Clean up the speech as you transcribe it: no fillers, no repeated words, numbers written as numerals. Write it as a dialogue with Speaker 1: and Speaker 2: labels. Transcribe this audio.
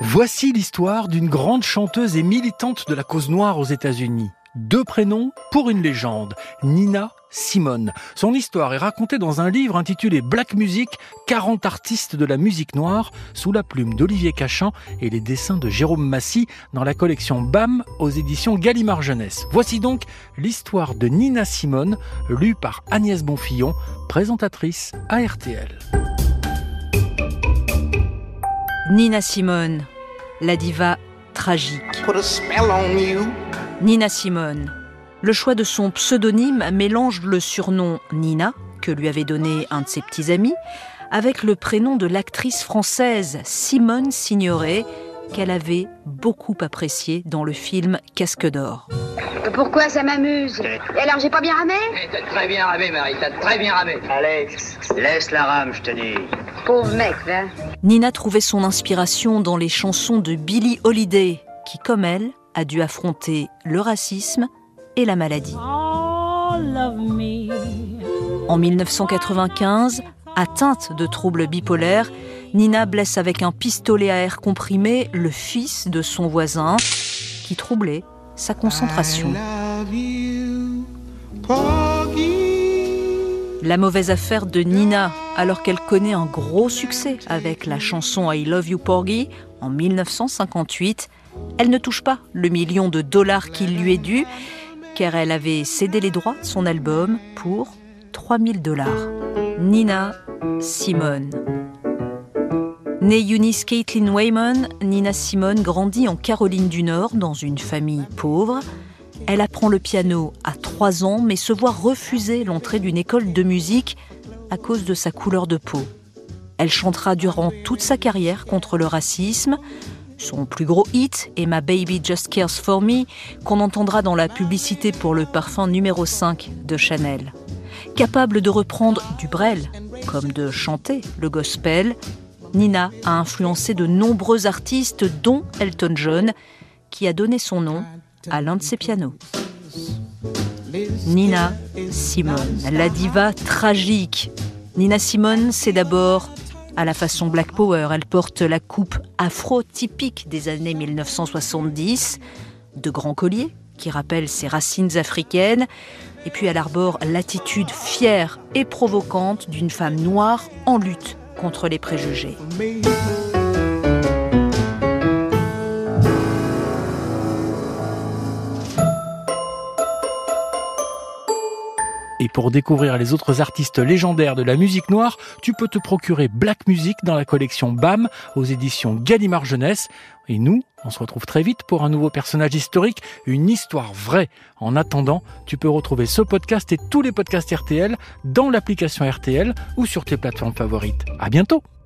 Speaker 1: Voici l'histoire d'une grande chanteuse et militante de la cause noire aux États-Unis. 2 prénoms pour une légende, Nina Simone. Son histoire est racontée dans un livre intitulé Black Music, 40 artistes de la musique noire, sous la plume d'Olivier Cachan et les dessins de Jérôme Massy dans la collection BAM aux éditions Gallimard Jeunesse. Voici donc l'histoire de Nina Simone, lue par Agnès Bonfillon, présentatrice à RTL.
Speaker 2: Nina Simone, la diva tragique. Nina Simone. Le choix de son pseudonyme mélange le surnom Nina, que lui avait donné un de ses petits amis, avec le prénom de l'actrice française Simone Signoret, qu'elle avait beaucoup apprécié dans le film Casque d'or.
Speaker 3: Pourquoi ça m'amuse? Et alors, j'ai pas bien ramé?
Speaker 4: T'as très bien ramé, Marie, t'as très bien ramé. Alex, laisse la rame, je te dis.
Speaker 3: Pauvre mec, là.
Speaker 2: Nina trouvait son inspiration dans les chansons de Billie Holiday, qui, comme elle, a dû affronter le racisme et la maladie. En 1995, atteinte de troubles bipolaires, Nina blesse avec un pistolet à air comprimé le fils de son voisin, qui troublait sa concentration. La mauvaise affaire de Nina, alors qu'elle connaît un gros succès avec la chanson I Love You Porgy en 1958, elle ne touche pas le $1 million qui lui est dû, car elle avait cédé les droits de son album pour $3 000. Nina Simone. Née Eunice Caitlin Wayman, Nina Simone grandit en Caroline du Nord dans une famille pauvre. Elle apprend le piano à 3 ans, mais se voit refuser l'entrée d'une école de musique à cause de sa couleur de peau. Elle chantera durant toute sa carrière contre le racisme. Son plus gros hit est My Baby Just Cares For Me, qu'on entendra dans la publicité pour le parfum numéro 5 de Chanel. Capable de reprendre du Brel, comme de chanter le gospel, Nina a influencé de nombreux artistes, dont Elton John, qui a donné son nom à l'un de ses pianos. Nina Simone, la diva tragique. Nina Simone, c'est d'abord à la façon Black Power. Elle porte la coupe afro typique des années 1970, de grands colliers qui rappellent ses racines africaines, et puis elle arbore l'attitude fière et provocante d'une femme noire en lutte contre les préjugés.
Speaker 1: Et pour découvrir les autres artistes légendaires de la musique noire, tu peux te procurer Black Music dans la collection BAM aux éditions Gallimard Jeunesse. Et nous, on se retrouve très vite pour un nouveau personnage historique, une histoire vraie. En attendant, tu peux retrouver ce podcast et tous les podcasts RTL dans l'application RTL ou sur tes plateformes favorites. À bientôt!